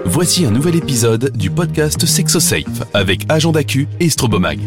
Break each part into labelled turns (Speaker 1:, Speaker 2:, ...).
Speaker 1: Voici un nouvel épisode du podcast SexoSafe avec Agenda Q et Strobomag.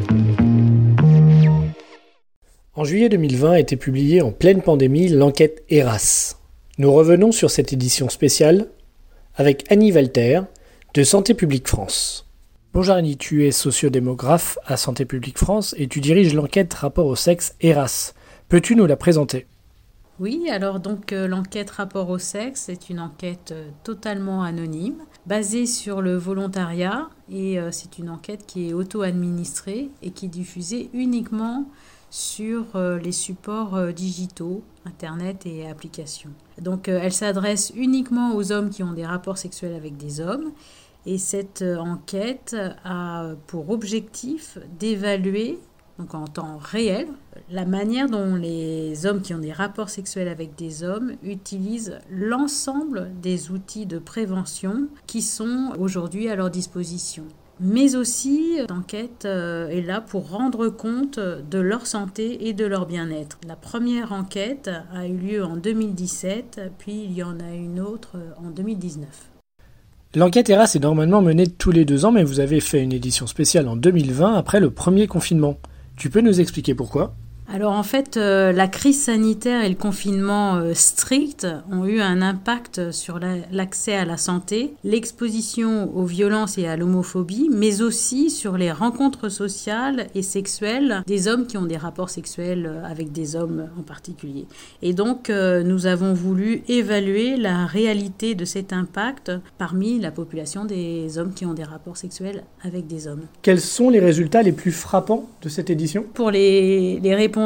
Speaker 2: En juillet 2020 a été publiée en pleine pandémie l'enquête ERAS. Nous revenons sur cette édition spéciale avec Annie Walter de Santé publique France. Bonjour Annie, tu es sociodémographe à Santé publique France et tu diriges l'enquête rapport au sexe ERAS. Peux-tu nous la présenter ?
Speaker 3: Oui, alors donc l'enquête rapport au sexe est une enquête totalement anonyme, basée sur le volontariat et c'est une enquête qui est auto-administrée et qui est diffusée uniquement sur les supports digitaux, Internet et applications. Donc elle s'adresse uniquement aux hommes qui ont des rapports sexuels avec des hommes et cette enquête a pour objectif d'évaluer, donc en temps réel, la manière dont les hommes qui ont des rapports sexuels avec des hommes utilisent l'ensemble des outils de prévention qui sont aujourd'hui à leur disposition. Mais aussi, l'enquête est là pour rendre compte de leur santé et de leur bien-être. La première enquête a eu lieu en 2017, puis il y en a une autre en 2019.
Speaker 2: L'enquête ERAS est normalement menée tous les 2 ans, mais vous avez fait une édition spéciale en 2020 après le premier confinement. Tu peux nous expliquer pourquoi ?
Speaker 3: Alors en fait, la crise sanitaire et le confinement strict ont eu un impact sur l'accès à la santé, l'exposition aux violences et à l'homophobie, mais aussi sur les rencontres sociales et sexuelles des hommes qui ont des rapports sexuels avec des hommes en particulier. Et donc, nous avons voulu évaluer la réalité de cet impact parmi la population des hommes qui ont des rapports sexuels avec des hommes.
Speaker 2: Quels sont les résultats les plus frappants de cette édition ?
Speaker 3: Pour les répondants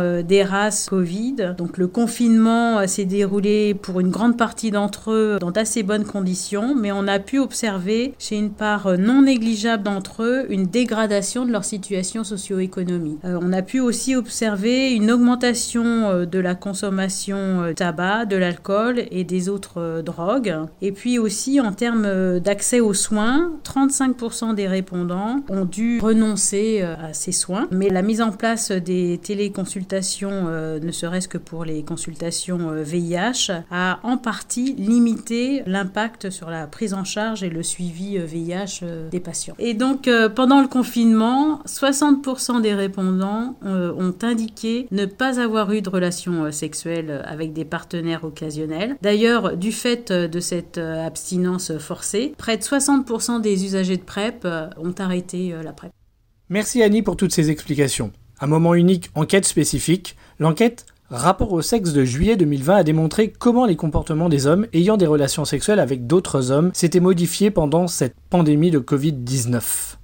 Speaker 3: d'ERAS Covid. Donc le confinement s'est déroulé pour une grande partie d'entre eux dans d'assez bonnes conditions, mais on a pu observer chez une part non négligeable d'entre eux une dégradation de leur situation socio-économique. On a pu aussi observer une augmentation de la consommation de tabac, de l'alcool et des autres drogues. Et puis aussi en termes d'accès aux soins, 35% des répondants ont dû renoncer à ces soins, mais la mise en place des téléconsultations, ne serait-ce que pour les consultations VIH, a en partie limité l'impact sur la prise en charge et le suivi VIH des patients. Et donc, pendant le confinement, 60% des répondants ont indiqué ne pas avoir eu de relations sexuelles avec des partenaires occasionnels. D'ailleurs, du fait de cette abstinence forcée, près de 60% des usagers de PrEP ont arrêté la PrEP.
Speaker 2: Merci Annie pour toutes ces explications. Un moment unique, enquête spécifique, l'enquête rapport au sexe de juillet 2020 a démontré comment les comportements des hommes ayant des relations sexuelles avec d'autres hommes s'étaient modifiés pendant cette pandémie de Covid-19.